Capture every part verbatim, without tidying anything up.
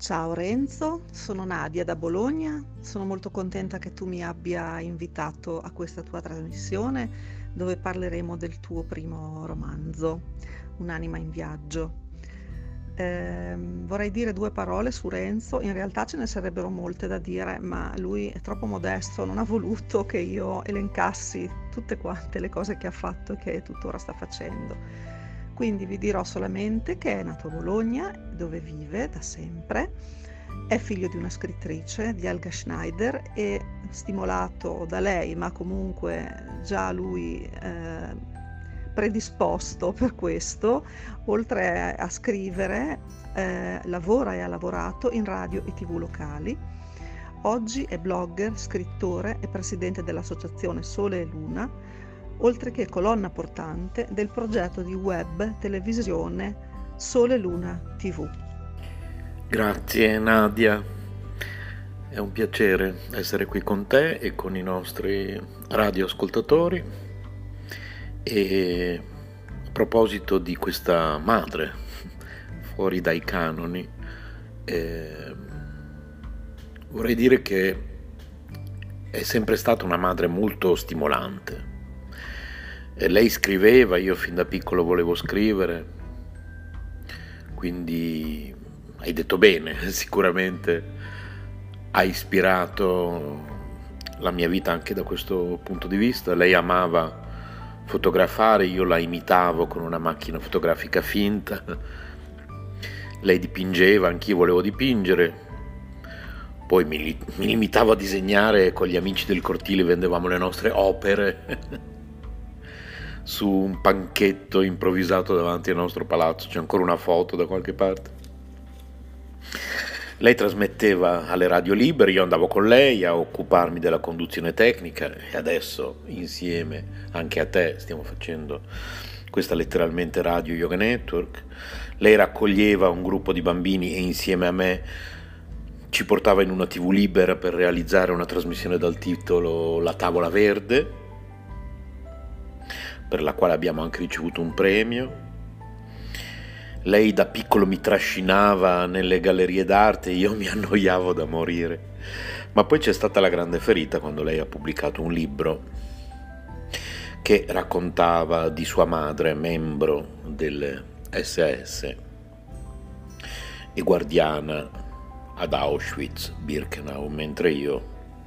Ciao Renzo, sono Nadia da Bologna, sono molto contenta che tu mi abbia invitato a questa tua trasmissione dove parleremo del tuo primo romanzo, Un'anima in viaggio. Ehm, vorrei dire due parole su Renzo, in realtà ce ne sarebbero molte da dire, ma lui è troppo modesto, non ha voluto che io elencassi tutte quante le cose che ha fatto e che tuttora sta facendo. Quindi vi dirò solamente che è nato a Bologna, dove vive da sempre, è figlio di una scrittrice, di Helga Schneider, e stimolato da lei, ma comunque già lui eh, predisposto per questo, oltre a scrivere, eh, lavora e ha lavorato in radio e tv locali. Oggi è blogger, scrittore e presidente dell'associazione Sole e Luna, oltre che colonna portante del progetto di web televisione Sole Luna tivù. Grazie Nadia, è un piacere essere qui con te e con i nostri radioascoltatori. E a proposito di questa madre fuori dai canoni, eh, vorrei dire che è sempre stata una madre molto stimolante. E lei scriveva, io fin da piccolo volevo scrivere, quindi hai detto bene, sicuramente ha ispirato la mia vita anche da questo punto di vista. Lei amava fotografare, io la imitavo con una macchina fotografica finta. Lei dipingeva, anch'io volevo dipingere, poi mi, mi limitavo a disegnare, con gli amici del cortile vendevamo le nostre opere su un panchetto improvvisato davanti al nostro palazzo, c'è ancora una foto da qualche parte. Lei trasmetteva alle radio libere, io andavo con lei a occuparmi della conduzione tecnica e adesso insieme anche a te stiamo facendo questa letteralmente Radio Yoga Network. Lei raccoglieva un gruppo di bambini e insieme a me ci portava in una tivù libera per realizzare una trasmissione dal titolo La Tavola Verde, per la quale abbiamo anche ricevuto un premio. Lei da piccolo mi trascinava nelle gallerie d'arte e io mi annoiavo da morire. Ma poi c'è stata la grande ferita quando lei ha pubblicato un libro che raccontava di sua madre, membro del S S e guardiana ad Auschwitz-Birkenau, mentre io,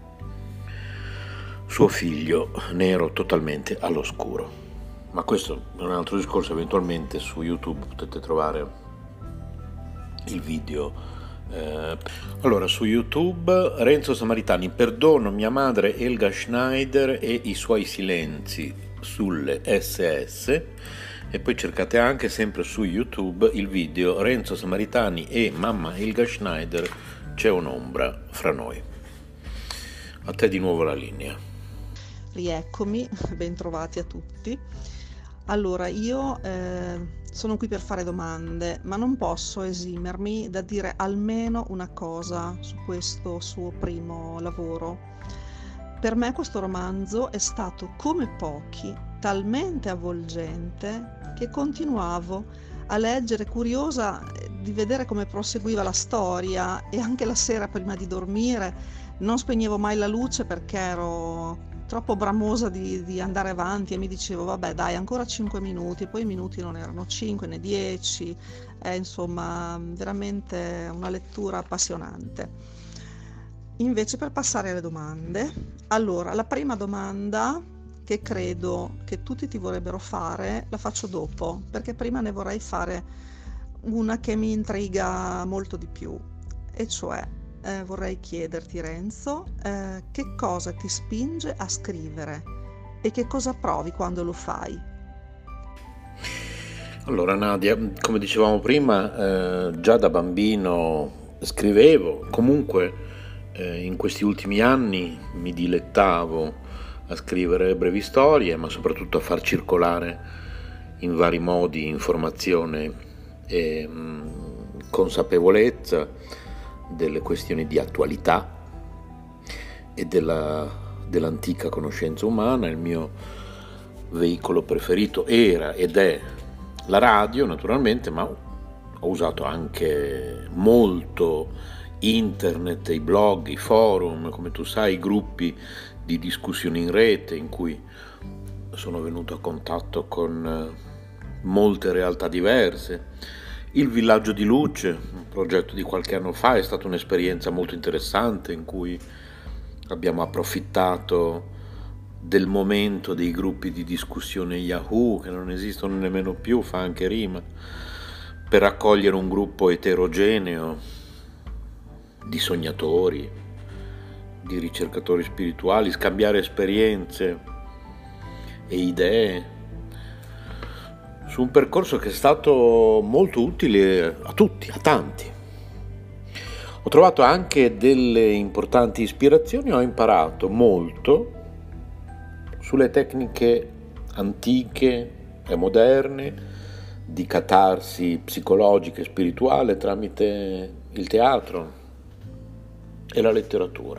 suo figlio, ne ero totalmente all'oscuro. Ma questo è un altro discorso, eventualmente su YouTube potete trovare il video. Eh, allora, su YouTube, Renzo Samaritani, perdono mia madre Helga Schneider e i suoi silenzi sulle S S, e poi cercate anche sempre su YouTube il video Renzo Samaritani e mamma Helga Schneider, c'è un'ombra fra noi. A te di nuovo la linea. Rieccomi, bentrovati a tutti. Allora, io eh, sono qui per fare domande, ma non posso esimermi da dire almeno una cosa su questo suo primo lavoro. Per me questo romanzo è stato, come pochi, talmente avvolgente che continuavo a leggere, curiosa di vedere come proseguiva la storia, e anche la sera prima di dormire non spegnevo mai la luce perché ero troppo bramosa di, di andare avanti, e mi dicevo vabbè dai, ancora cinque minuti, poi i minuti non erano cinque né dieci, è insomma veramente una lettura appassionante. Invece, per passare alle domande, allora la prima domanda che credo che tutti ti vorrebbero fare la faccio dopo, perché prima ne vorrei fare una che mi intriga molto di più, e cioè Eh, vorrei chiederti, Renzo, eh, che cosa ti spinge a scrivere e che cosa provi quando lo fai? Allora Nadia, come dicevamo prima, eh, già da bambino scrivevo, comunque eh, in questi ultimi anni mi dilettavo a scrivere brevi storie, ma soprattutto a far circolare in vari modi informazione e mh, consapevolezza delle questioni di attualità e della, dell'antica conoscenza umana. Il mio veicolo preferito era ed è la radio, naturalmente, ma ho usato anche molto internet, i blog, i forum, come tu sai, i gruppi di discussioni in rete in cui sono venuto a contatto con molte realtà diverse. Il Villaggio di Luce, un progetto di qualche anno fa, è stata un'esperienza molto interessante in cui abbiamo approfittato del momento dei gruppi di discussione Yahoo, che non esistono nemmeno più, fa anche rima, per raccogliere un gruppo eterogeneo di sognatori, di ricercatori spirituali, scambiare esperienze e idee su un percorso che è stato molto utile a tutti, a tanti. Ho trovato anche delle importanti ispirazioni, ho imparato molto sulle tecniche antiche e moderne di catarsi psicologica e spirituale tramite il teatro e la letteratura.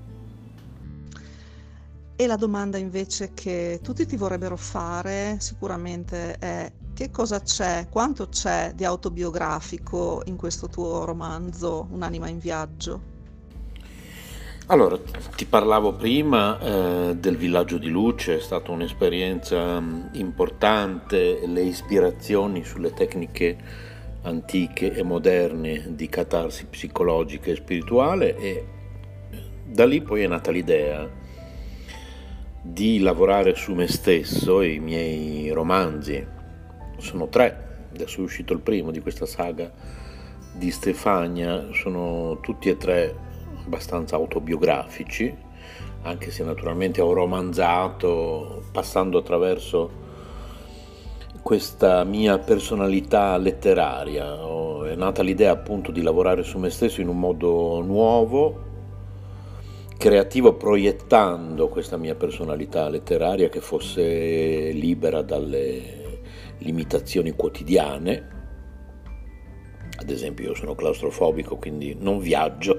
E la domanda invece che tutti ti vorrebbero fare sicuramente è: che cosa c'è, quanto c'è di autobiografico in questo tuo romanzo Un'anima in viaggio? Allora, ti parlavo prima eh, del Villaggio di Luce, è stata un'esperienza mh, importante, le ispirazioni sulle tecniche antiche e moderne di catarsi psicologica e spirituale, e da lì poi è nata l'idea di lavorare su me stesso e i miei romanzi. Sono tre, adesso è uscito il primo di questa saga di Stefania, sono tutti e tre abbastanza autobiografici, anche se naturalmente ho romanzato passando attraverso questa mia personalità letteraria. È nata l'idea appunto di lavorare su me stesso in un modo nuovo, creativo, proiettando questa mia personalità letteraria che fosse libera dalle limitazioni quotidiane. Ad esempio, io sono claustrofobico, quindi non viaggio.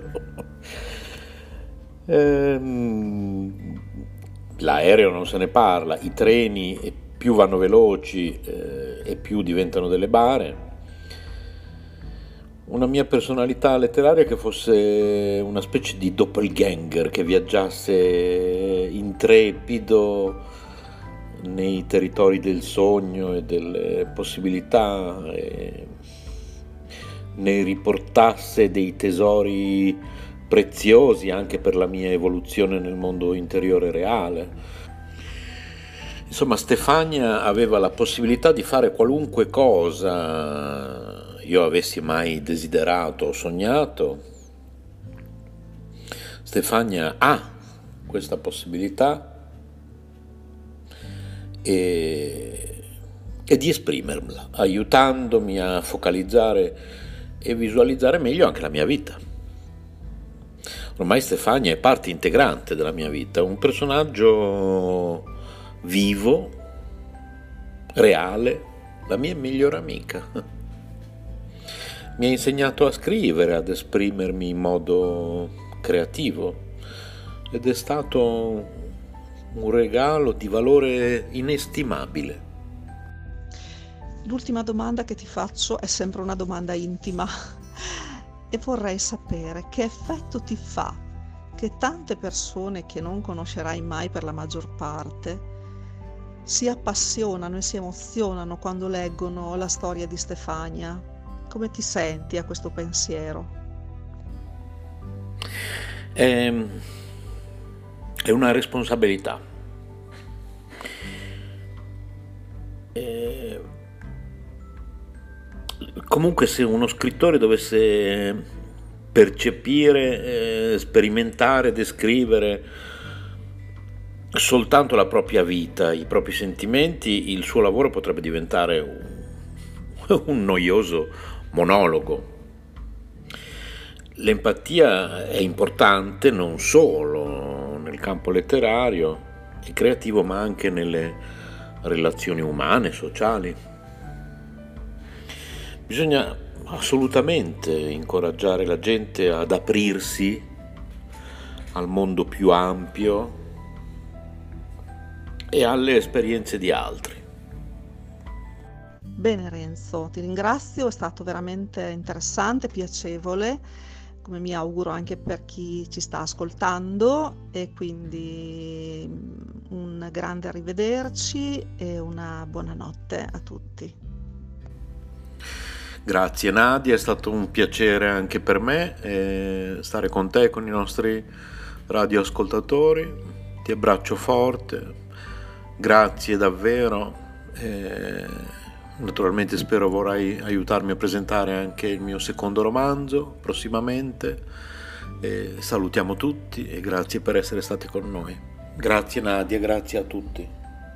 ehm, l'aereo non se ne parla, i treni più vanno veloci eh, e più diventano delle bare. Una mia personalità letteraria che fosse una specie di doppelganger, che viaggiasse intrepido nei territori del sogno e delle possibilità, e ne riportasse dei tesori preziosi anche per la mia evoluzione nel mondo interiore reale. Insomma, Stefania aveva la possibilità di fare qualunque cosa io avessi mai desiderato o sognato. Stefania ha questa possibilità e, e di esprimerla, aiutandomi a focalizzare e visualizzare meglio anche la mia vita. Ormai Stefania è parte integrante della mia vita, un personaggio vivo, reale, la mia migliore amica. Mi ha insegnato a scrivere, ad esprimermi in modo creativo, ed è stato un regalo di valore inestimabile. L'ultima domanda che ti faccio è sempre una domanda intima e vorrei sapere che effetto ti fa che tante persone che non conoscerai mai per la maggior parte si appassionano e si emozionano quando leggono la storia di Stefania. Come ti senti a questo pensiero? È, è una responsabilità. È, Comunque, se uno scrittore dovesse percepire, eh, sperimentare, descrivere soltanto la propria vita, i propri sentimenti, il suo lavoro potrebbe diventare un, un noioso monologo. L'empatia è importante non solo nel campo letterario e creativo, ma anche nelle relazioni umane, sociali. Bisogna assolutamente incoraggiare la gente ad aprirsi al mondo più ampio e alle esperienze di altri. Bene Renzo, ti ringrazio, è stato veramente interessante, piacevole, come mi auguro anche per chi ci sta ascoltando, e quindi mm, un grande arrivederci e una buonanotte a tutti. Grazie Nadia, è stato un piacere anche per me eh, stare con te e con i nostri radioascoltatori. Ti abbraccio forte, grazie davvero. Eh, naturalmente spero vorrai aiutarmi a presentare anche il mio secondo romanzo prossimamente. Eh, salutiamo tutti e grazie per essere stati con noi. Grazie Nadia, grazie a tutti.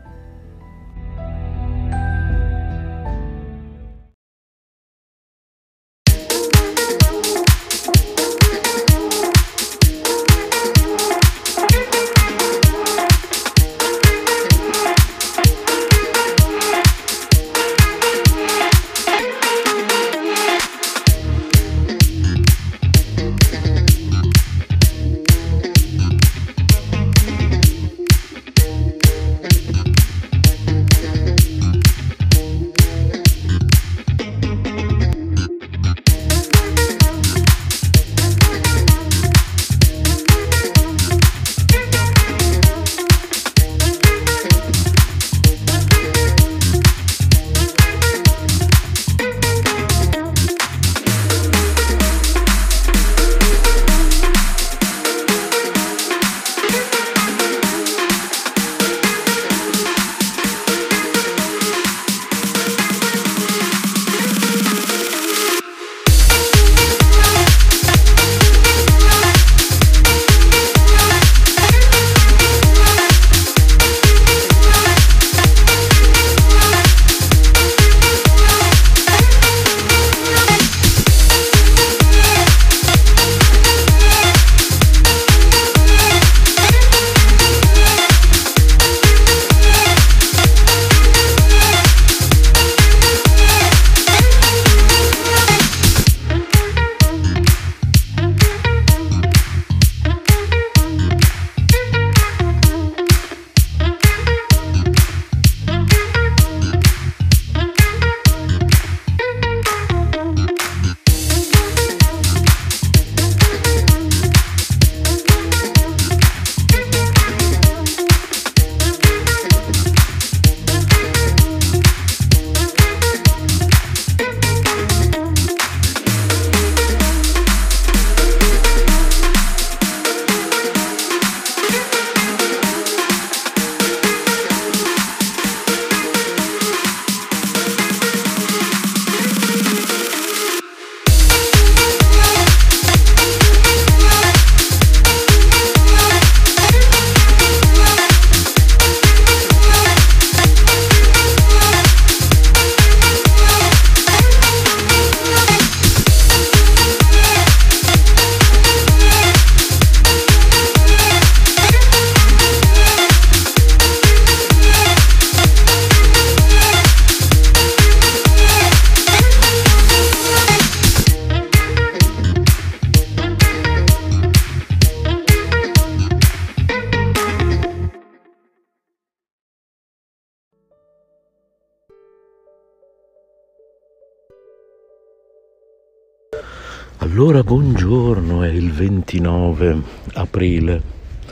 Allora buongiorno, è il ventinove aprile,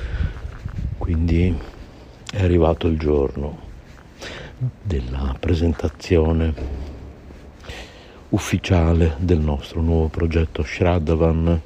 quindi è arrivato il giorno della presentazione ufficiale del nostro nuovo progetto Shraddhavan.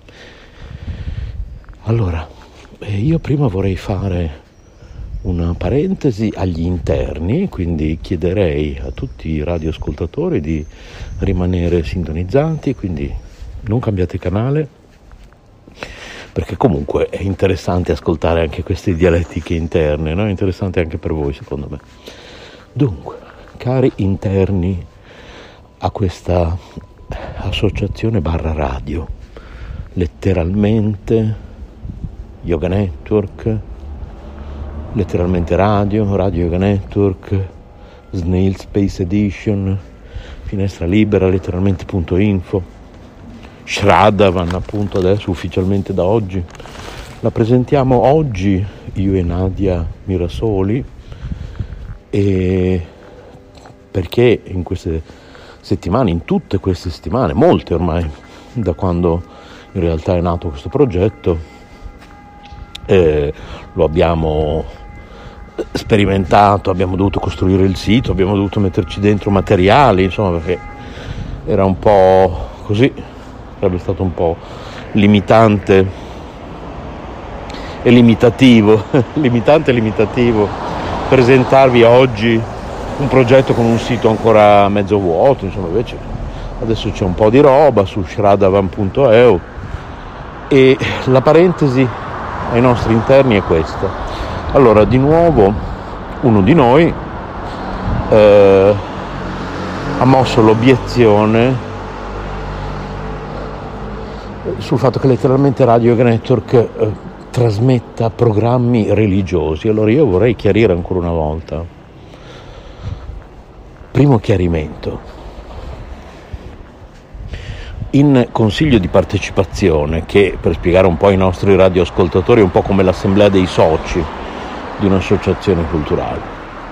Allora, io prima vorrei fare una parentesi agli interni, quindi chiederei a tutti i radioascoltatori di rimanere sintonizzati, quindi non cambiate canale, perché comunque è interessante ascoltare anche queste dialettiche interne, no? È interessante anche per voi, secondo me. Dunque, cari interni a questa associazione barra radio, letteralmente Yoga Network, letteralmente radio, Radio Yoga Network, Snail Space Edition, Finestra Libera, letteralmente punto info, Shraddhavan appunto adesso ufficialmente da oggi. La presentiamo oggi io e Nadia Mirasoli e perché in queste settimane, in tutte queste settimane, molte ormai, da quando in realtà è nato questo progetto, eh, lo abbiamo sperimentato, abbiamo dovuto costruire il sito, abbiamo dovuto metterci dentro materiali, insomma, perché era un po' così, sarebbe stato un po' limitante e limitativo, limitante e limitativo presentarvi oggi un progetto con un sito ancora mezzo vuoto, insomma. Invece adesso c'è un po' di roba su shradavan punto e u e la parentesi ai nostri interni è questa. Allora, di nuovo uno di noi eh, ha mosso l'obiezione sul fatto che letteralmente Radio Network eh, trasmetta programmi religiosi. Allora io vorrei chiarire ancora una volta. Primo chiarimento. In consiglio di partecipazione, che per spiegare un po' ai nostri radioascoltatori è un po' come l'assemblea dei soci di un'associazione culturale,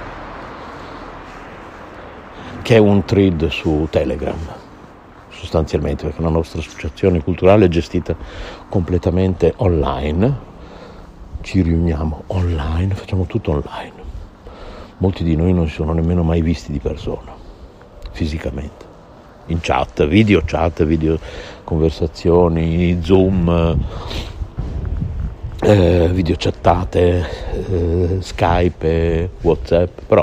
che è un thread su Telegram, sostanzialmente, perché la nostra associazione culturale è gestita completamente online, ci riuniamo online, facciamo tutto online. Molti di noi non si sono nemmeno mai visti di persona, fisicamente, in chat, video chat, video conversazioni, Zoom, eh, video chattate, eh, Skype, WhatsApp, però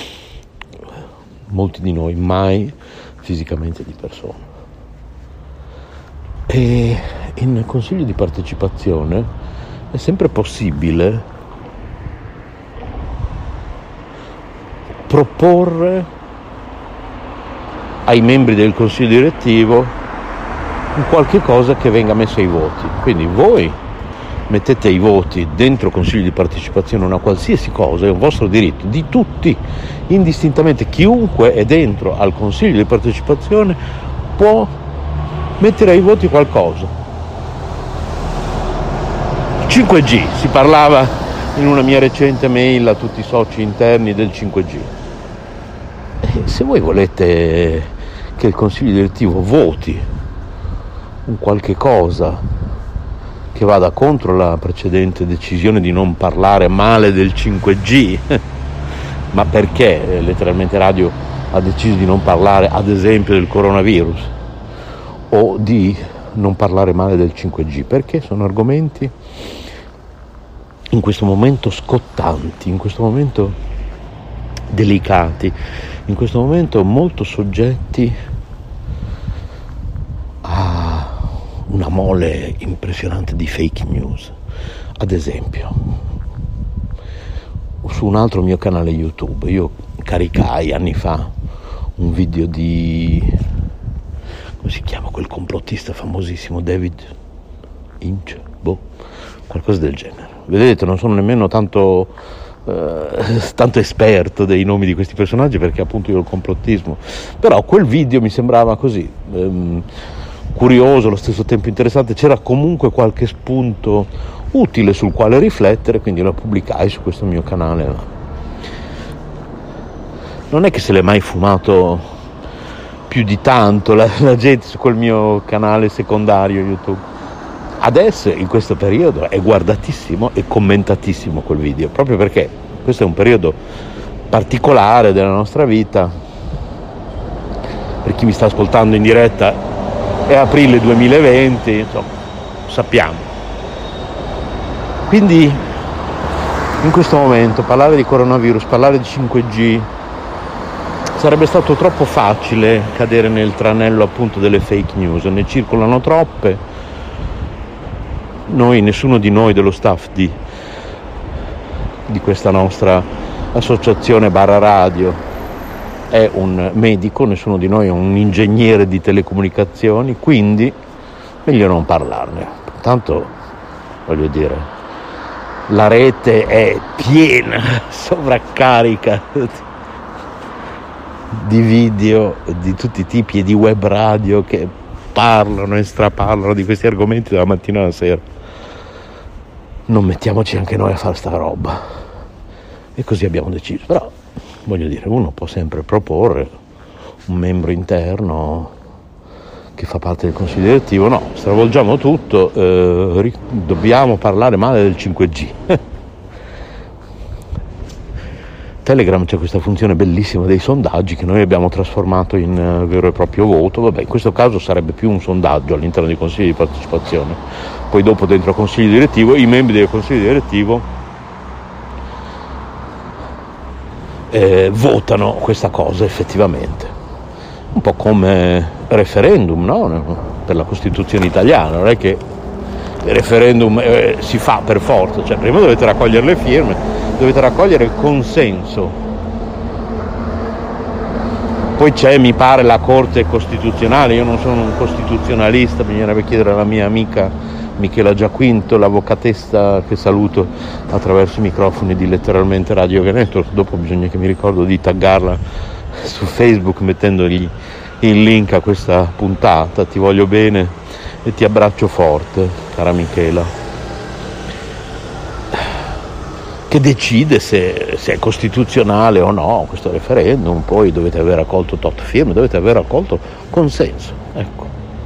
molti di noi mai fisicamente di persona. E in consiglio di partecipazione è sempre possibile proporre ai membri del consiglio direttivo un qualche cosa che venga messo ai voti. Quindi voi mettete ai voti dentro il consiglio di partecipazione una qualsiasi cosa, è un vostro diritto di tutti, indistintamente. Chiunque è dentro al consiglio di partecipazione può mettere ai voti qualcosa. cinque G, si parlava in una mia recente mail a tutti i soci interni del cinque G. E se voi volete che il consiglio direttivo voti un qualche cosa che vada contro la precedente decisione di non parlare male del cinque G, ma perché eh, letteralmente Radio ha deciso di non parlare ad esempio del coronavirus o di non parlare male del cinque G, perché sono argomenti in questo momento scottanti, in questo momento delicati, in questo momento molto soggetti a una mole impressionante di fake news. Ad esempio, su un altro mio canale YouTube io caricai anni fa un video di, come si chiama quel complottista famosissimo, David Inch, boh, qualcosa del genere. Vedete, non sono nemmeno tanto eh, tanto esperto dei nomi di questi personaggi, perché appunto io il complottismo, però quel video mi sembrava così ehm, curioso, allo stesso tempo interessante, c'era comunque qualche spunto utile sul quale riflettere, quindi lo pubblicai su questo mio canale. Non è che se l'è mai fumato più di tanto la, la gente su quel mio canale secondario YouTube. Adesso in questo periodo è guardatissimo e commentatissimo quel video, proprio perché questo è un periodo particolare della nostra vita. Per chi mi sta ascoltando in diretta è aprile duemilaventi, insomma, sappiamo. Quindi in questo momento parlare di coronavirus, parlare di cinque G, sarebbe stato troppo facile cadere nel tranello appunto delle fake news, ne circolano troppe. Noi, nessuno di noi dello staff di, di questa nostra associazione barra radio è un medico, nessuno di noi è un ingegnere di telecomunicazioni, quindi meglio non parlarne. Tanto, voglio dire, la rete è piena, sovraccarica di video di tutti i tipi e di web radio che parlano e straparlano di questi argomenti dalla mattina alla sera. Non mettiamoci anche noi a fare sta roba. E così abbiamo deciso. Però voglio dire, uno può sempre proporre un membro interno che fa parte del consiglio direttivo. No, stravolgiamo tutto, eh, ri- dobbiamo parlare male del cinque G. Telegram c'è questa funzione bellissima dei sondaggi che noi abbiamo trasformato in uh, vero e proprio voto. Vabbè, in questo caso sarebbe più un sondaggio all'interno dei consigli di partecipazione. Poi dopo dentro il consiglio direttivo, i membri del consiglio direttivo eh, votano questa cosa effettivamente. Un po' come referendum, no? Per la Costituzione italiana, non è che il referendum eh, si fa per forza, cioè prima dovete raccogliere le firme, dovete raccogliere il consenso. Poi c'è, mi pare, la Corte Costituzionale. Io non sono un costituzionalista, bisognerebbe chiedere alla mia amica Michela Giaquinto, l'avvocatessa che saluto attraverso i microfoni di Letteralmente Radio Network. Dopo bisogna che mi ricordo di taggarla su Facebook mettendogli il link a questa puntata. Ti voglio bene e ti abbraccio forte, cara Michela, che decide se, se è costituzionale o no questo referendum. Poi dovete aver raccolto tot firme, dovete aver raccolto consenso, ecco.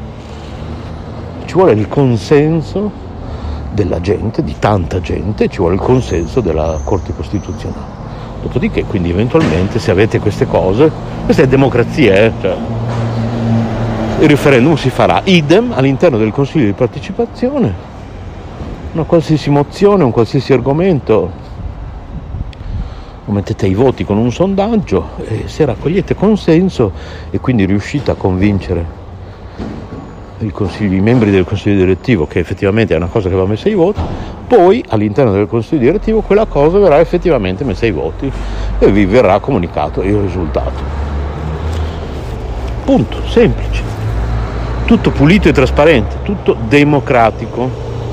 Ci vuole il consenso della gente, di tanta gente, ci vuole il consenso della Corte Costituzionale. Dopodiché, quindi eventualmente, se avete queste cose, questa è democrazia, eh? Cioè, il referendum si farà idem all'interno del Consiglio di partecipazione. Una qualsiasi mozione, un qualsiasi argomento, mettete ai voti con un sondaggio e se raccogliete consenso e quindi riuscite a convincere il consiglio, i membri del consiglio direttivo che effettivamente è una cosa che va messa ai voti, poi all'interno del consiglio direttivo quella cosa verrà effettivamente messa ai voti e vi verrà comunicato il risultato. Punto, semplice, tutto pulito e trasparente, tutto democratico.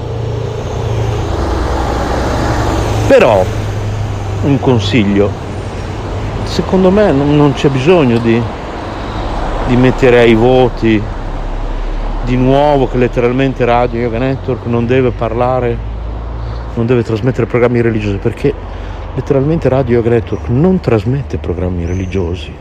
Però un consiglio, secondo me non, non c'è bisogno di, di mettere ai voti di nuovo che letteralmente Radio Yoga Network non deve parlare, non deve trasmettere programmi religiosi, perché letteralmente Radio Yoga Network non trasmette programmi religiosi.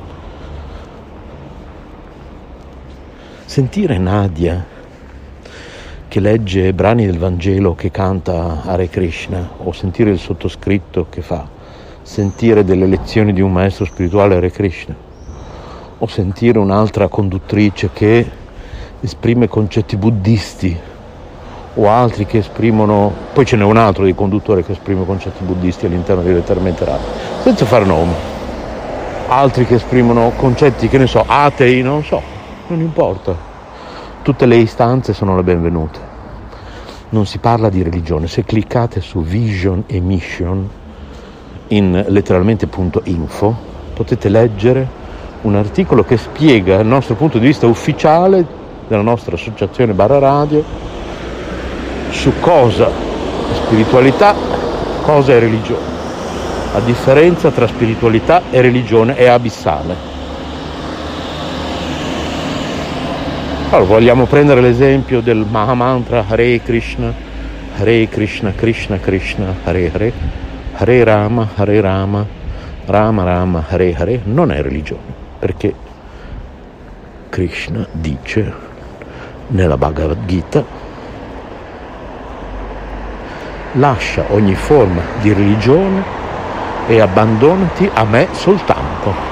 Sentire Nadia che legge brani del Vangelo, che canta Hare Krishna, o sentire il sottoscritto che fa, sentire delle lezioni di un maestro spirituale Hare Krishna, o sentire un'altra conduttrice che esprime concetti buddisti, o altri che esprimono, poi ce n'è un altro di conduttore che esprime concetti buddisti all'interno di Letteralmente Radio, senza far nomi, altri che esprimono concetti, che ne so, atei, non so, non importa, tutte le istanze sono le benvenute. Non si parla di religione. Se cliccate su Vision e Mission in letteralmente punto info potete leggere un articolo che spiega il nostro punto di vista ufficiale della nostra associazione Barra Radio su cosa è spiritualità, cosa è religione. La differenza tra spiritualità e religione è abissale. Allora, vogliamo prendere l'esempio del Mahamantra Hare Krishna, Hare Krishna, Krishna Krishna, Hare Hare, Hare Rama, Hare Rama, Rama Rama, Hare Hare. Non è religione, perché Krishna dice nella Bhagavad Gita: lascia ogni forma di religione e abbandonati a me soltanto.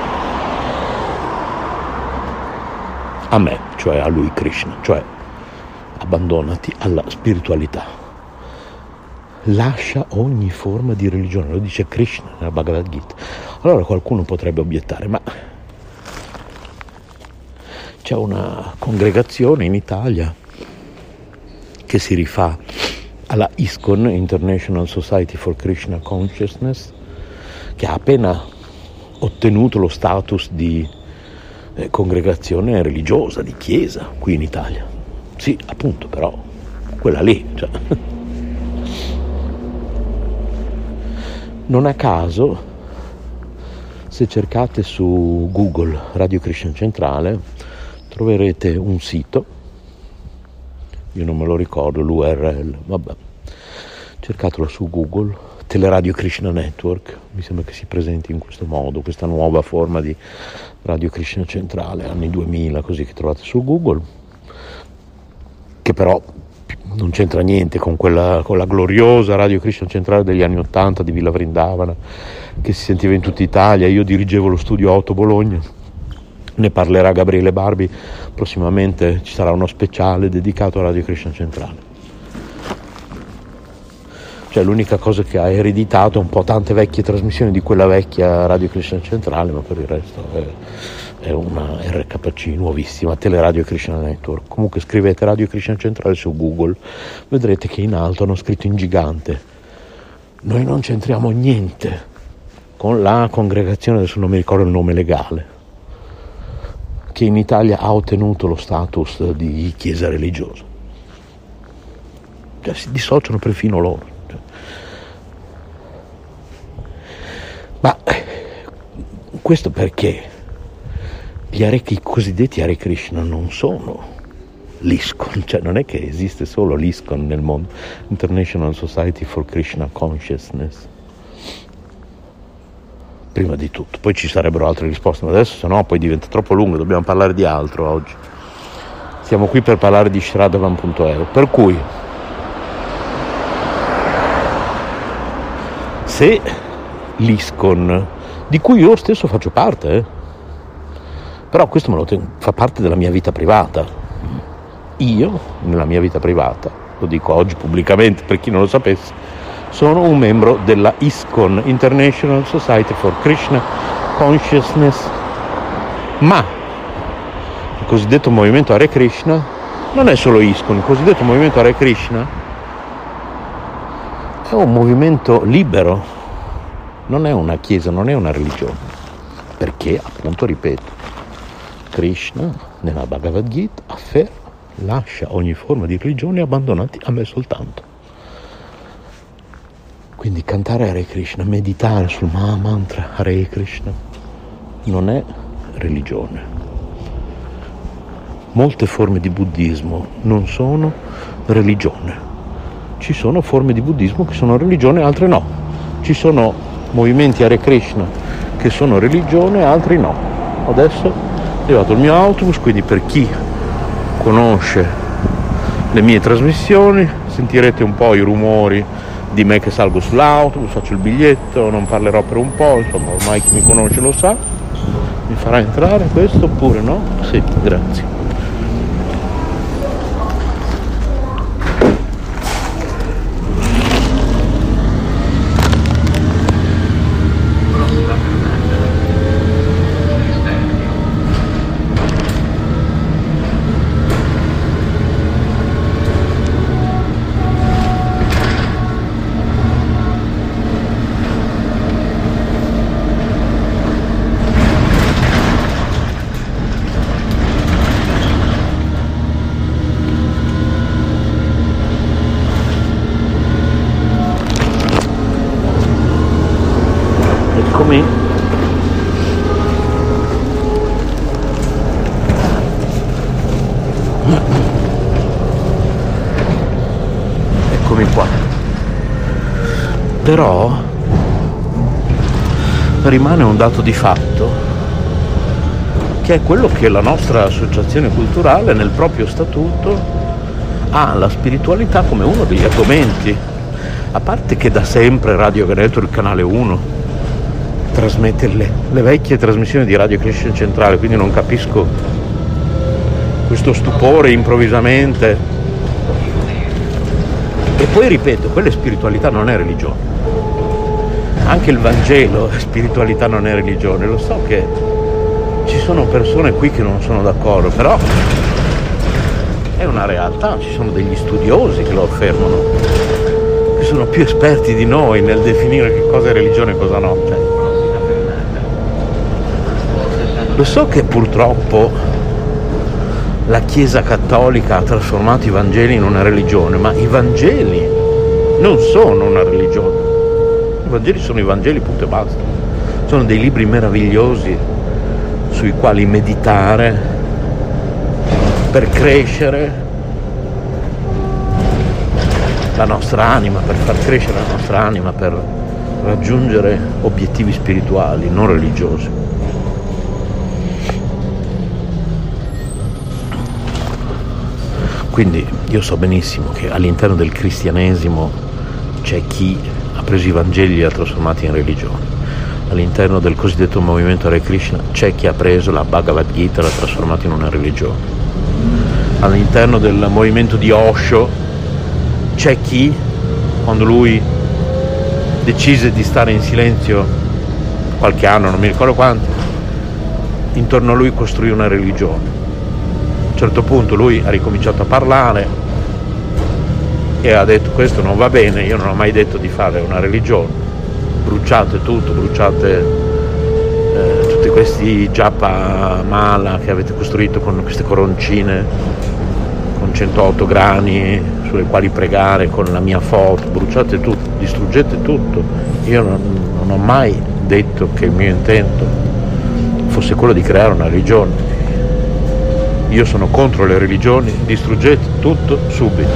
A me, cioè a lui Krishna, cioè abbandonati alla spiritualità. Lascia ogni forma di religione, lo dice Krishna nella Bhagavad Gita. Allora qualcuno potrebbe obiettare, ma c'è una congregazione in Italia che si rifà alla ISKCON, International Society for Krishna Consciousness, che ha appena ottenuto lo status di eh, congregazione religiosa, di chiesa, qui in Italia. Sì, appunto, però quella lì, cioè. Non a caso, se cercate su Google Radio Krishna Centrale, troverete un sito, io non me lo ricordo l'U R L, vabbè, cercatelo su Google, Teleradio Krishna Network, mi sembra che si presenti in questo modo, questa nuova forma di Radio Krishna Centrale, anni duemila, così, che trovate su Google, che però non c'entra niente con quella con la gloriosa Radio Krishna Centrale degli anni ottanta di Villa Vrindavana, che si sentiva in tutta Italia. Io dirigevo lo studio otto Bologna, ne parlerà Gabriele Barbi, prossimamente ci sarà uno speciale dedicato a Radio Krishna Centrale. Cioè l'unica cosa che ha ereditato è un po' tante vecchie trasmissioni di quella vecchia Radio Krishna Centrale, ma per il resto è, è una R K C nuovissima, Teleradio Krishna Network. Comunque scrivete Radio Krishna Centrale su Google, vedrete che in alto hanno scritto in gigante: noi non c'entriamo niente con la congregazione, adesso non mi ricordo il nome legale, che in Italia ha ottenuto lo status di chiesa religiosa. Cioè si dissociano perfino loro. Ma questo perché gli Hare, i cosiddetti Hare Krishna non sono l'ISKCON, cioè non è che esiste solo l'ISKCON nel mondo, International Society for Krishna Consciousness, prima di tutto. Poi ci sarebbero altre risposte, ma adesso se no poi diventa troppo lungo, dobbiamo parlare di altro oggi. Siamo qui per parlare di Shraddhavan punto e u, per cui se l'ISKCON, di cui io stesso faccio parte, eh? Però questo me lo ten- fa parte della mia vita privata. Io, nella mia vita privata, lo dico oggi pubblicamente per chi non lo sapesse, sono un membro della ISKCON, International Society for Krishna Consciousness, ma il cosiddetto movimento Hare Krishna non è solo ISKCON, il cosiddetto movimento Hare Krishna è un movimento libero. Non è una chiesa, non è una religione, perché appunto, ripeto, Krishna nella Bhagavad Gita afferma: lascia ogni forma di religione, abbandonati a me soltanto. Quindi cantare Hare Krishna, meditare sul Maha Mantra Hare Krishna non è religione. Molte forme di buddismo non sono religione. Ci sono forme di buddismo che sono religione, altre no. Ci sono movimenti Hare Krishna che sono religione, altri no. Adesso è arrivato il mio autobus, quindi per chi conosce le mie trasmissioni sentirete un po' i rumori di me che salgo sull'autobus, faccio il biglietto, non parlerò per un po', insomma ormai chi mi conosce lo sa. Mi farà entrare questo oppure no? Sì, grazie. Eccomi. Eccomi qua. Però rimane un dato di fatto, che è quello che la nostra associazione culturale nel proprio statuto ha la spiritualità come uno degli argomenti. A parte che da sempre Radio Veneto, il canale uno, trasmette le, le vecchie trasmissioni di Radio Krishna Centrale, quindi non capisco questo stupore improvvisamente. E poi ripeto, quella spiritualità non è religione. Anche il Vangelo, spiritualità non è religione. Lo so che ci sono persone qui che non sono d'accordo, però è una realtà, ci sono degli studiosi che lo affermano, che sono più esperti di noi nel definire che cosa è religione e cosa no. Cioè, lo so che purtroppo la Chiesa Cattolica ha trasformato i Vangeli in una religione, ma i Vangeli non sono una religione. I Vangeli sono i Vangeli, punto e basta. Sono dei libri meravigliosi sui quali meditare per crescere la nostra anima, per far crescere la nostra anima, per raggiungere obiettivi spirituali, non religiosi. Quindi io so benissimo che all'interno del cristianesimo c'è chi ha preso i Vangeli e li ha trasformati in religione. All'interno del cosiddetto movimento Hare Krishna c'è chi ha preso la Bhagavad Gita e l'ha trasformata in una religione. All'interno del movimento di Osho c'è chi, quando lui decise di stare in silenzio qualche anno, non mi ricordo quanto, intorno a lui costruì una religione. A un certo punto lui ha ricominciato a parlare e ha detto: questo non va bene, io non ho mai detto di fare una religione, bruciate tutto, bruciate eh, tutti questi japa mala che avete costruito con queste coroncine con centootto grani sulle quali pregare, con la mia foto, bruciate tutto, distruggete tutto. Io non, non ho mai detto che il mio intento fosse quello di creare una religione. Io sono contro le religioni, distruggete tutto subito.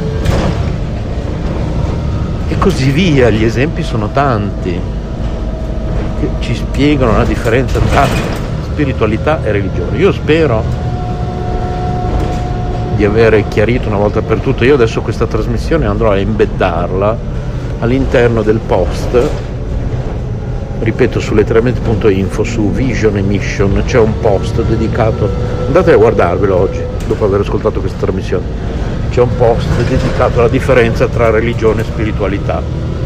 E così via, gli esempi sono tanti che ci spiegano la differenza tra spiritualità e religione. Io spero di avere chiarito una volta per tutte. Io adesso questa trasmissione andrò a embeddarla all'interno del post, ripeto, su letteralmente punto info, su Vision e Mission c'è un post dedicato, andate a guardarvelo oggi dopo aver ascoltato questa trasmissione, c'è un post dedicato alla differenza tra religione e spiritualità.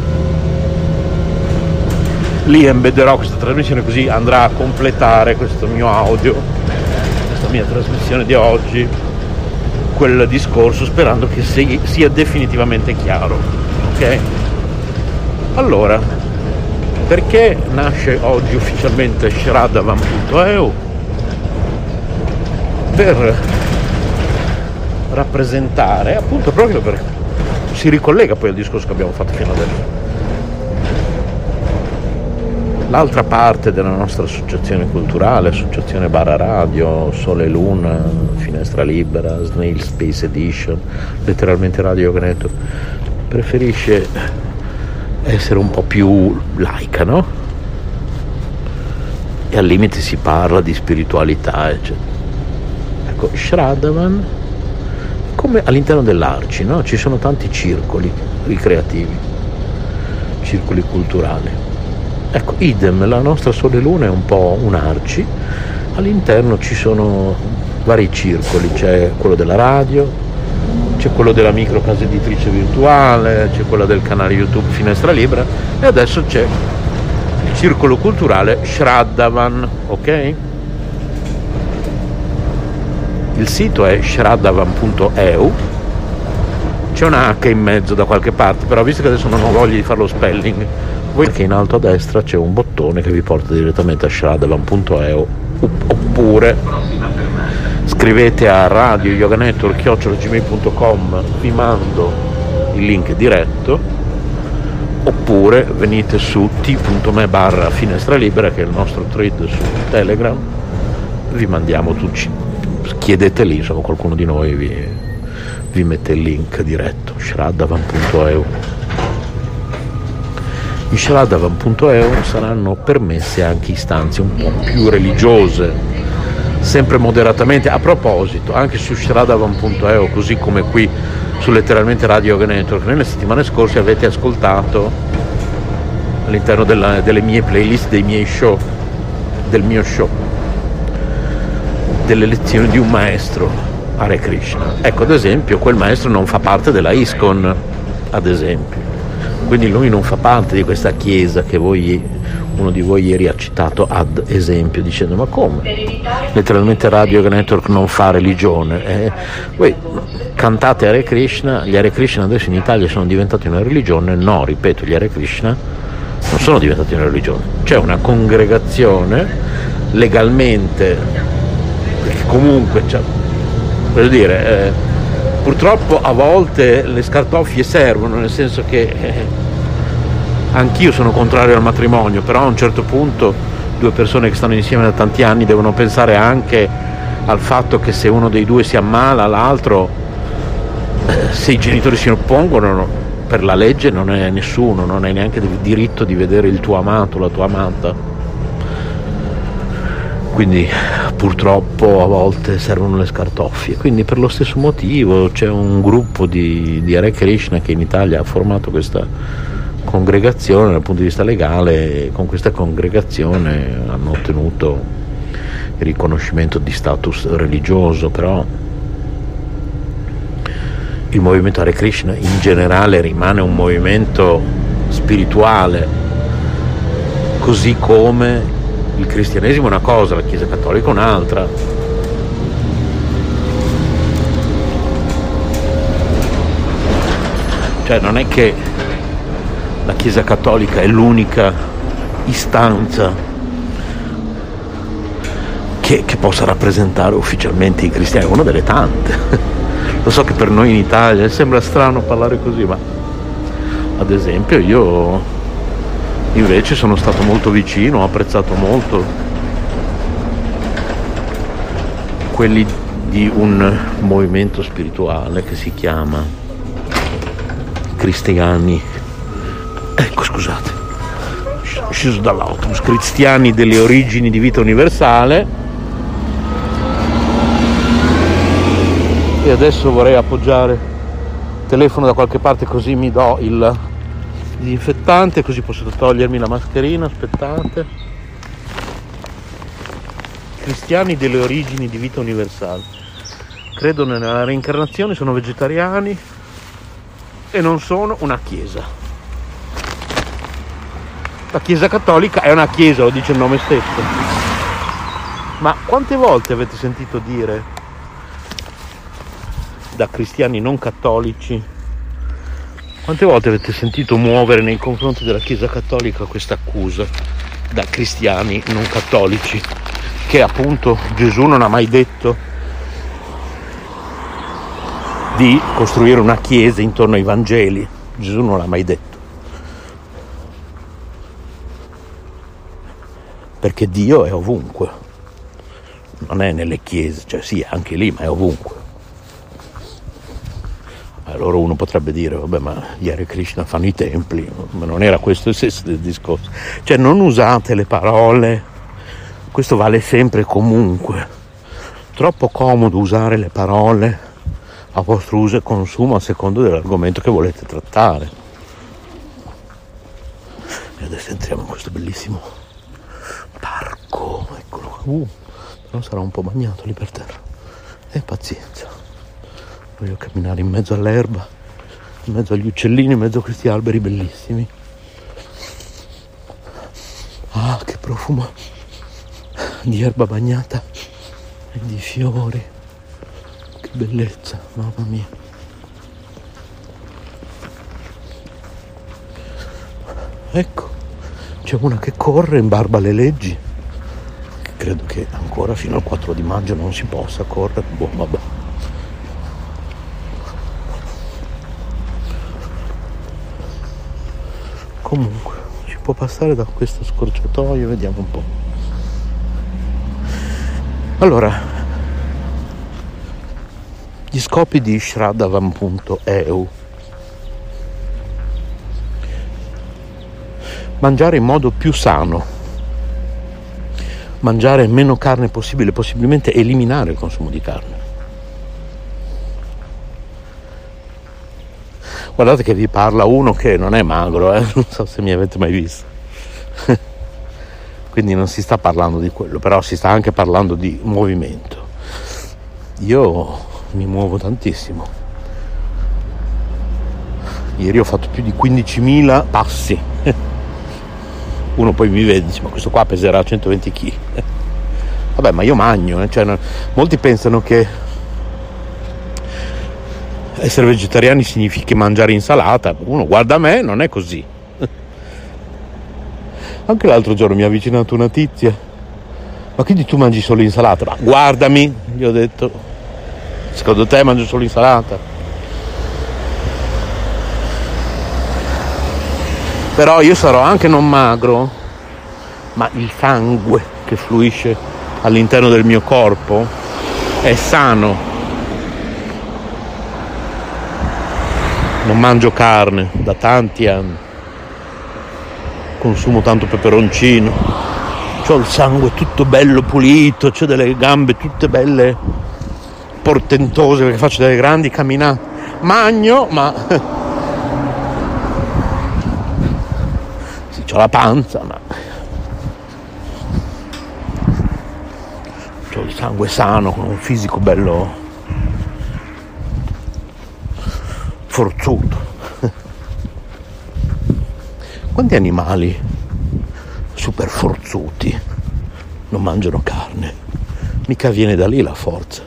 Lì embedderò questa trasmissione, così andrà a completare questo mio audio, questa mia trasmissione di oggi, quel discorso, sperando che sia definitivamente chiaro. Ok? Allora, perché nasce oggi ufficialmente Shraddhavan punto e u? Per rappresentare, appunto, proprio per si ricollega poi al discorso che abbiamo fatto fino adesso, l'altra parte della nostra associazione culturale, associazione Bara Radio, Sole e Luna, Finestra Libera, Snail Space Edition, letteralmente Radio Yoga Network, preferisce essere un po' più laica, no? E al limite si parla di spiritualità, eccetera. Ecco, Shraddhavan, come all'interno dell'Arci, no? Ci sono tanti circoli ricreativi, circoli culturali. Ecco, idem, la nostra Sole Luna è un po' un Arci, all'interno ci sono vari circoli, c'è quello della radio, c'è quello della micro casa editrice virtuale, c'è quello del canale YouTube Finestra Libera e adesso c'è il circolo culturale Shraddhavan, ok? Il sito è shraddhavan punto e u, c'è una H in mezzo da qualche parte, però visto che adesso non ho voglia di fare lo spelling, voi che in alto a destra c'è un bottone che vi porta direttamente a shraddhavan punto e u, oppure scrivete a radio yoga network chiocciola gmail punto com, vi mando il link diretto, oppure venite su t punto m e barra finestra libera, che è il nostro thread su Telegram, vi mandiamo tutti, chiedete lì, insomma qualcuno di noi vi, vi mette il link diretto, shraddhavan punto e u. In shraddhavan punto e u saranno permesse anche istanze un po' più religiose, sempre moderatamente. A proposito, anche su shraddhavan punto e u, così come qui su letteralmente Radio Yoga Network, nelle settimane scorse avete ascoltato all'interno della, delle mie playlist, dei miei show, del mio show, delle lezioni di un maestro Hare Krishna. Ecco, ad esempio, quel maestro non fa parte della ISKCON, ad esempio, quindi lui non fa parte di questa chiesa che voi, uno di voi ieri ha citato ad esempio, dicendo: ma come? Letteralmente Radio Yoga Network non fa religione. Eh, voi cantate Hare Krishna, gli Hare Krishna adesso in Italia sono diventati una religione? No, ripeto, gli Hare Krishna non sono diventati una religione. C'è una congregazione legalmente, perché comunque, cioè, voglio dire, eh, purtroppo a volte le scartoffie servono, nel senso che eh, anch'io sono contrario al matrimonio, però a un certo punto due persone che stanno insieme da tanti anni devono pensare anche al fatto che se uno dei due si ammala, l'altro, eh, se i genitori si oppongono, per la legge non è nessuno, non hai neanche diritto di vedere il tuo amato, la tua amata. Quindi purtroppo a volte servono le scartoffie. Quindi per lo stesso motivo c'è un gruppo di, di Hare Krishna che in Italia ha formato questa congregazione dal punto di vista legale, e con questa congregazione hanno ottenuto il riconoscimento di status religioso. Però il movimento Hare Krishna in generale rimane un movimento spirituale, così come il cristianesimo è una cosa, la Chiesa cattolica un'altra. Cioè non è che la Chiesa cattolica è l'unica istanza che, che possa rappresentare ufficialmente i cristiani, è una delle tante. Lo so che per noi in Italia sembra strano parlare così, ma ad esempio io invece sono stato molto vicino, ho apprezzato molto quelli di un movimento spirituale che si chiama Cristiani, ecco scusate, sceso dall'autobus, Cristiani delle origini di vita universale. E adesso vorrei appoggiare il telefono da qualche parte, così mi do il disinfettante, così posso togliermi la mascherina. Aspettate. Cristiani delle origini di vita universale credono nella reincarnazione, sono vegetariani e non sono una chiesa. La Chiesa cattolica è una chiesa, lo dice il nome stesso. Ma quante volte avete sentito dire da cristiani non cattolici, quante volte avete sentito muovere nei confronti della Chiesa cattolica questa accusa da cristiani non cattolici, che appunto Gesù non ha mai detto di costruire una chiesa intorno ai Vangeli? Gesù non l'ha mai detto, perché Dio è ovunque, non è nelle chiese, cioè sì, anche lì, ma è ovunque. Allora uno potrebbe dire, vabbè, ma gli Hare Krishna fanno i templi, ma non era questo il senso del discorso. Cioè non usate le parole, questo vale sempre e comunque. Troppo comodo usare le parole a vostro uso e consumo a secondo dell'argomento che volete trattare. E adesso entriamo in questo bellissimo parco, eccolo qua. Uh, però sarà un po' bagnato lì per terra. E pazienza. Voglio camminare in mezzo all'erba, in mezzo agli uccellini, in mezzo a questi alberi bellissimi. Ah, che profumo di erba bagnata e di fiori. Che bellezza, mamma mia. Ecco, c'è una che corre in barba alle leggi. Credo che ancora fino al quattro di maggio non si possa correre. Boh, vabbè. Comunque ci può passare da questo scorciatoio, vediamo un po'. Allora, gli scopi di Shraddhavam punto e u: mangiare in modo più sano, mangiare meno carne possibile, possibilmente eliminare il consumo di carne. Guardate che vi parla uno che non è magro, eh? Non so se mi avete mai visto. Quindi non si sta parlando di quello, però si sta anche parlando di movimento. Io mi muovo tantissimo. Ieri ho fatto più di quindicimila passi. Uno poi mi vede e dice, ma questo qua peserà centoventi chili. Vabbè, ma io mangio, eh? Cioè, no, molti pensano che essere vegetariani significa mangiare insalata. Uno guarda me, non è così. Anche l'altro giorno mi ha avvicinato una tizia, ma quindi tu mangi solo insalata? Ma guardami, gli ho detto, secondo te mangio solo insalata? Però io sarò anche non magro, ma il sangue che fluisce all'interno del mio corpo è sano. Non mangio carne da tanti anni, consumo tanto peperoncino, c'ho il sangue tutto bello pulito, c'ho delle gambe tutte belle portentose perché faccio delle grandi camminate, magno ma sì, c'ho la panza ma c'ho il sangue sano, con un fisico bello forzuto. Quanti animali super forzuti non mangiano carne? Mica viene da lì la forza.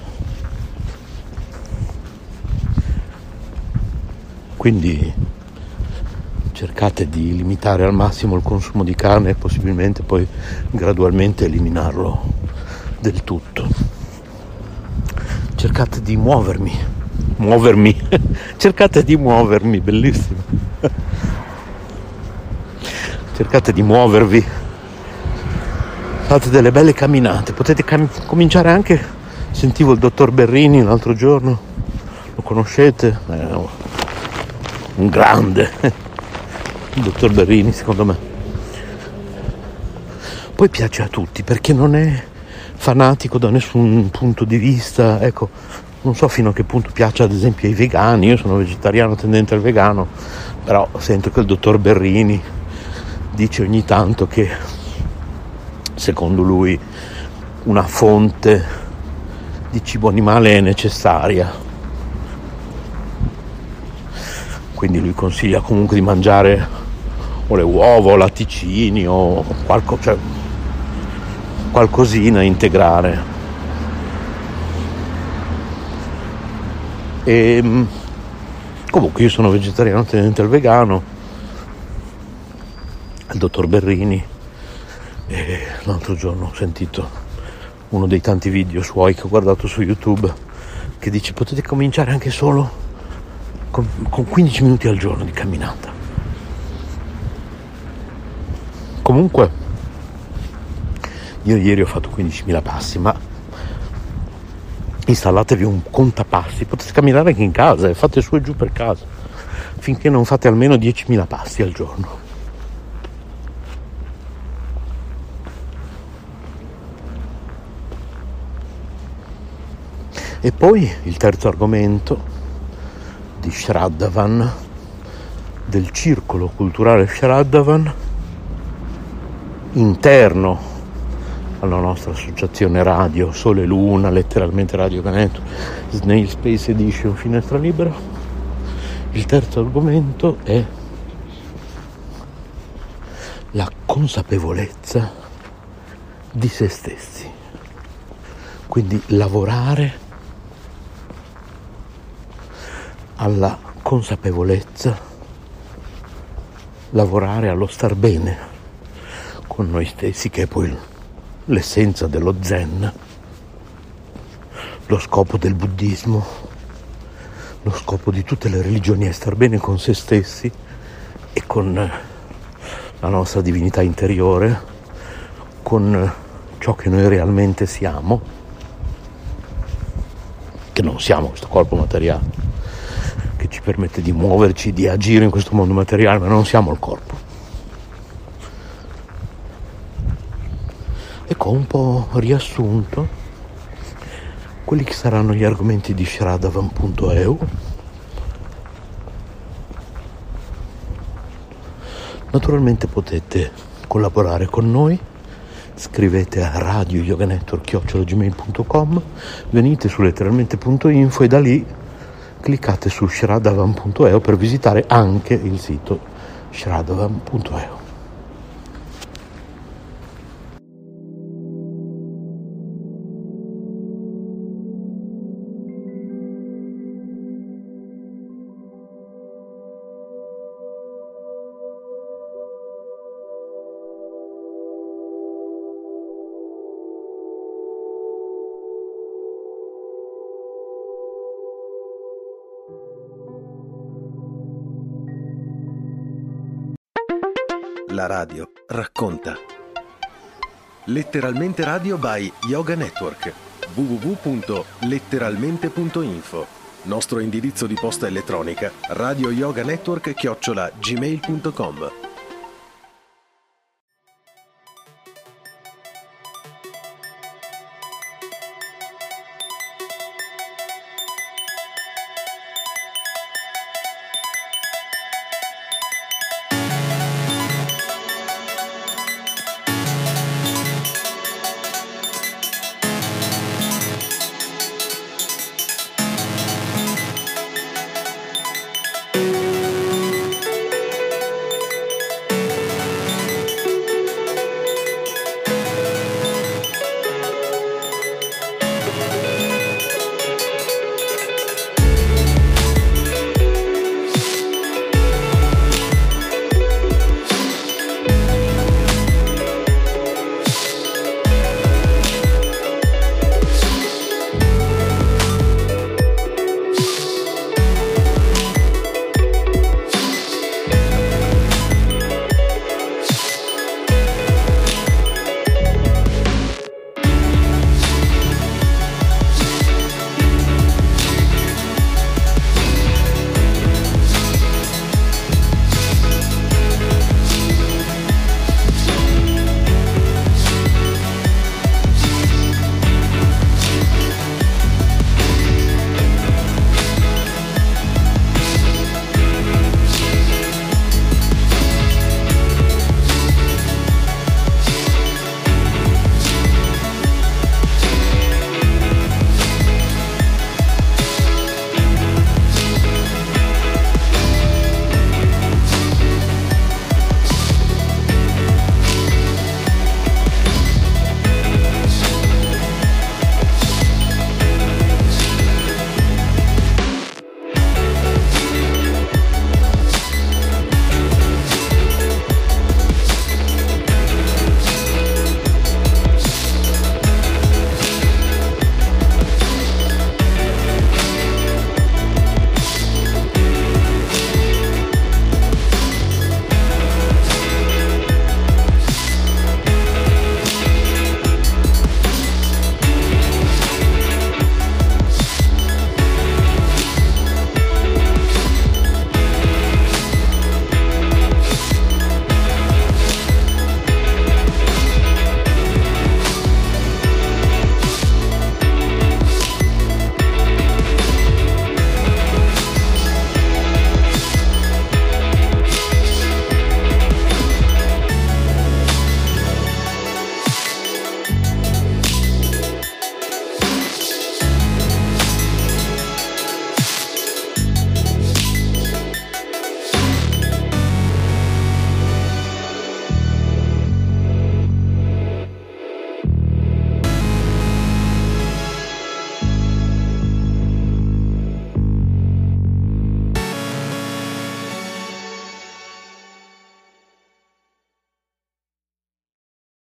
Quindi cercate di limitare al massimo il consumo di carne e possibilmente poi gradualmente eliminarlo del tutto. Cercate di muovermi, muovermi, cercate di muovermi, bellissimo. Cercate di muovervi, fate delle belle camminate, potete cam- cominciare anche, sentivo il dottor Berrini l'altro giorno, lo conoscete? È un grande, il dottor Berrini secondo me. Poi piace a tutti perché non è fanatico da nessun punto di vista, ecco, non so fino a che punto piace ad esempio ai vegani, io sono vegetariano tendente al vegano, però sento che il dottor Berrini dice ogni tanto che secondo lui una fonte di cibo animale è necessaria, quindi lui consiglia comunque di mangiare o le uova o latticini o qualco, cioè, qualcosina integrare. E comunque io sono vegetariano tendente al vegano, il dottor Berrini, e l'altro giorno ho sentito uno dei tanti video suoi che ho guardato su YouTube che dice potete cominciare anche solo con, con quindici minuti al giorno di camminata. Comunque io ieri ho fatto quindicimila passi, ma installatevi un contapassi, potete camminare anche in casa e fate su e giù per casa finché non fate almeno diecimila passi al giorno. E poi il terzo argomento di Shraddhavan, del circolo culturale Shraddhavan, interno alla nostra associazione radio Sole e Luna, letteralmente Radio Ganeto, Snail Space Edition, Finestra Libera. Il terzo argomento è la consapevolezza di se stessi, quindi lavorare alla consapevolezza, lavorare allo star bene con noi stessi, che è poi l'essenza dello Zen, lo scopo del buddismo, lo scopo di tutte le religioni è star bene con se stessi e con la nostra divinità interiore, con ciò che noi realmente siamo, che non siamo questo corpo materiale che ci permette di muoverci, di agire in questo mondo materiale, ma non siamo il corpo. Ecco un po' riassunto quelli che saranno gli argomenti di Shraddhavan punto e u. Naturalmente potete collaborare con noi, scrivete a radio yoga network chiocciola gmail punto com, venite su letteralmente punto info e da lì cliccate su Shraddhavan punto e u per visitare anche il sito Shraddhavan punto e u. La radio racconta. Letteralmente Radio by Yoga Network. w w w punto letteralmente punto info. Nostro indirizzo di posta elettronica radioyoganetwork chiocciola gmail punto com.